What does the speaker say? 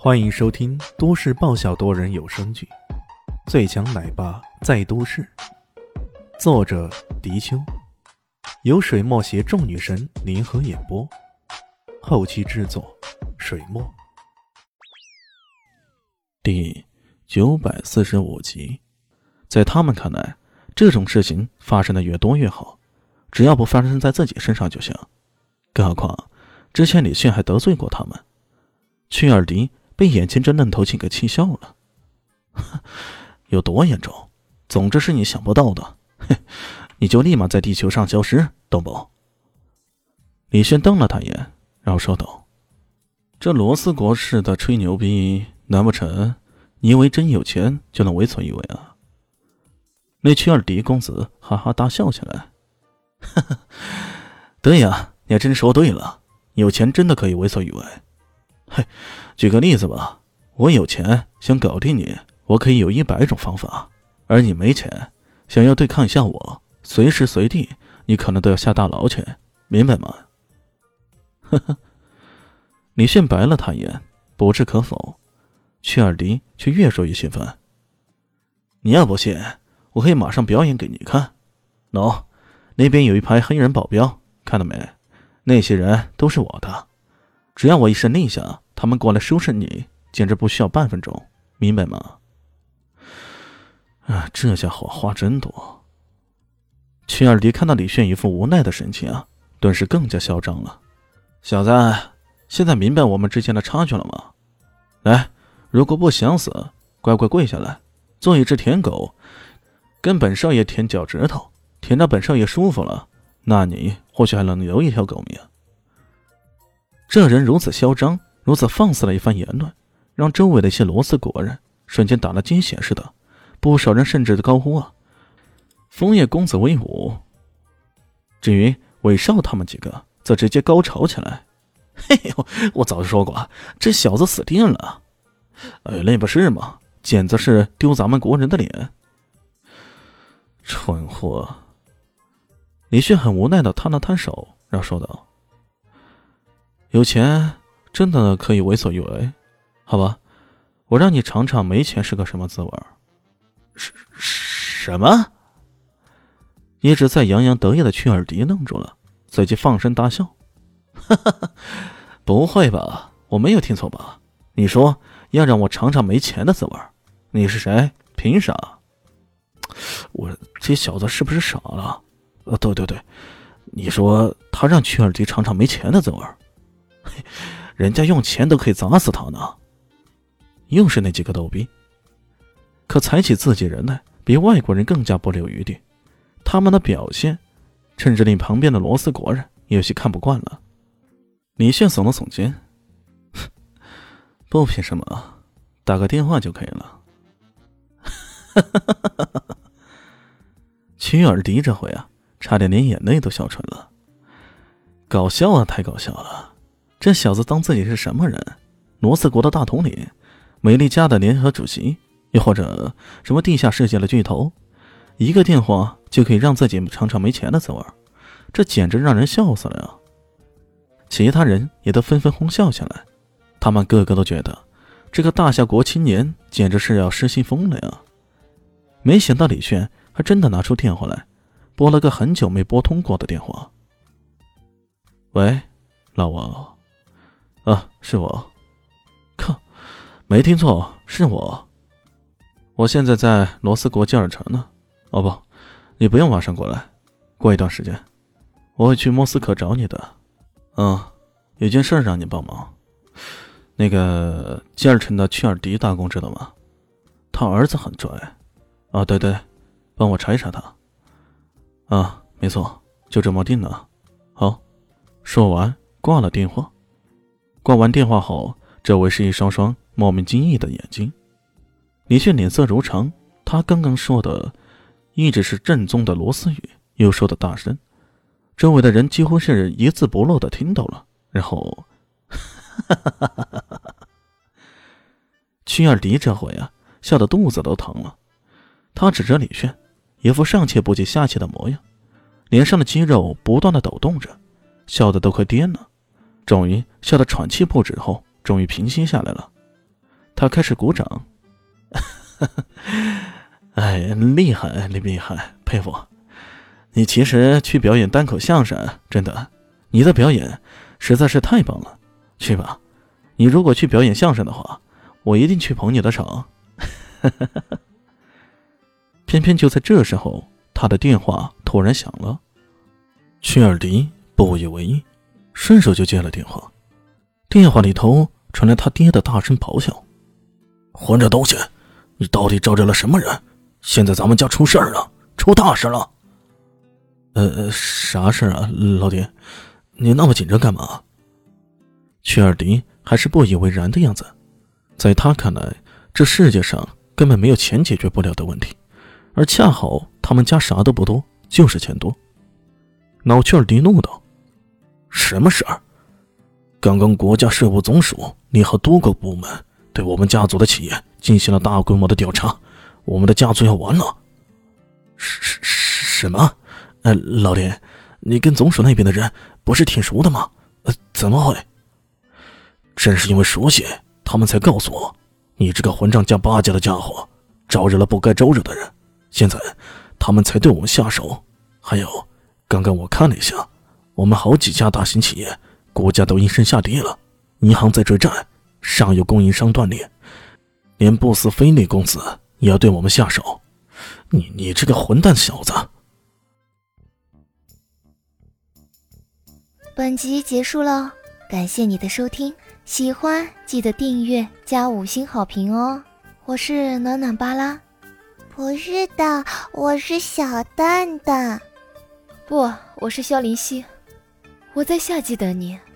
欢迎收听都市爆笑多人有声剧《最强奶爸在都市》，作者：迪秋，由水墨携众女神联合演播，后期制作：水墨。 第945集。在他们看来，这种事情发生的越多越好，只要不发生在自己身上就行。更何况之前李炫还得罪过他们，曲尔迪被眼前这嫩头青给气笑了。有多严重？总之是你想不到的，你就立马在地球上消失，懂不？李炫瞪了他一眼，然后说道：这罗斯国式的吹牛逼，难不成你以为真有钱就能为所欲为啊？那曲尔迪公子哈哈大笑起来。对呀，你还真说对了，有钱真的可以为所欲为。嘿，举个例子吧，我有钱想搞定你，我可以有100种方法，而你没钱，想要对抗一下我，随时随地你可能都要下大牢去，明白吗？呵呵，李炫白了他一眼，不置可否。曲尔迪却越说越兴奋。你要不信，我可以马上表演给你看。喏，那边有一排黑人保镖，看到没？那些人都是我的，只要我一声令下，他们过来收拾你，简直不需要半分钟，明白吗？啊，这家伙话真多。曲尔迪看到李炫一副无奈的神情啊，顿时更加嚣张了。小子，现在明白我们之间的差距了吗？来，如果不想死，乖乖跪下来，做一只舔狗，跟本少爷舔脚趾头，舔到本少爷舒服了，那你或许还能留一条狗命。这人如此嚣张，如此放肆的一番言论，让周围的一些罗斯国人瞬间打了鸡血似的，不少人甚至高呼啊，枫叶公子威武。至于韦少他们几个则直接高潮起来。嘿呦，我早就说过，这小子死定了。那不是吗？简直是丢咱们国人的脸。蠢货。李旭很无奈地摊了摊手，然后说道：有钱真的可以为所欲为，好吧，我让你尝尝没钱是个什么滋味。什么？一直在洋洋得意的曲尔迪愣住了，随即放声大笑。哈哈哈，不会吧，我没有听错吧？你说要让我尝尝没钱的滋味，你是谁？凭啥？我这小子是不是傻了？对，你说他让曲尔迪尝尝没钱的滋味，人家用钱都可以砸死他呢。又是那几个逗逼，可踩起自己人来比外国人更加不留余地，他们的表现甚至令旁边的罗斯国人有些看不惯了。李炫耸了耸肩，不凭什么，打个电话就可以了。曲尔迪这回啊，差点连眼泪都笑出来了。搞笑啊，太搞笑了！这小子当自己是什么人？罗斯国的大统领，美利加的联合主席，又或者什么地下世界的巨头？一个电话就可以让自己尝尝没钱的滋味，这简直让人笑死了呀！其他人也都纷纷哄笑起来，他们个个都觉得这个大夏国青年简直是要失心疯了呀！没想到李炫还真的拿出电话来，拨了个很久没拨通过的电话。喂，老王。啊，是我。靠，没听错，是我。我现在在罗斯国基尔城呢。哦不，你不用马上过来，过一段时间我会去莫斯科找你的。有件事让你帮忙。那个基尔城的曲尔迪大公知道吗？他儿子很拽。对，帮我查一查他。没错，就这么定了。好，说完挂了电话。挂完电话后，周围是一双双莫名惊异的眼睛。李炫脸色如常，他刚刚说的一直是正宗的罗斯语，又说的大声，周围的人几乎是一字不漏的听到了，然后曲尔迪这回啊，笑得肚子都疼了。他指着李炫，一副上气不接下气的模样，脸上的肌肉不断的抖动着，笑得都快癫了。终于笑得喘气不止后，终于平息下来了。 他开始鼓掌。哎，厉害，厉害，佩服！你其实去表演单口相声，真的，你的表演实在是太棒了。去吧，你如果去表演相声的话，我一定去捧你的场。偏偏就在这时候，他的电话突然响了。屈尔迪不以为意，顺手就接了电话。电话里头传来他爹的大声咆哮：“混账东西，你到底招惹了什么人？现在咱们家出事了，出大事了！”啥事啊，老爹？你那么紧张干嘛？屈尔迪还是不以为然的样子。在他看来，这世界上根本没有钱解决不了的问题，而恰好他们家啥都不多，就是钱多。老屈尔迪怒道：“什么事儿？刚刚国家税务总署联合多个部门对我们家族的企业进行了大规模的调查，我们的家族要完了。”什么？老爹，你跟总署那边的人不是挺熟的吗？怎么会？正是因为熟悉，他们才告诉我，你这个混账加8家的家伙招惹了不该招惹的人，现在他们才对我们下手。还有，刚刚我看了一下，我们好几家大型企业股价都应声下跌了，银行在追债，上游供应商断裂，连布斯菲利公司也要对我们下手。你这个混蛋小子！ 本集结束了，感谢你的收听，喜欢记得订阅加5星好评哦。我是暖暖巴拉。 不是的，我是小蛋蛋。 不，我是萧林希。我在夏季等你。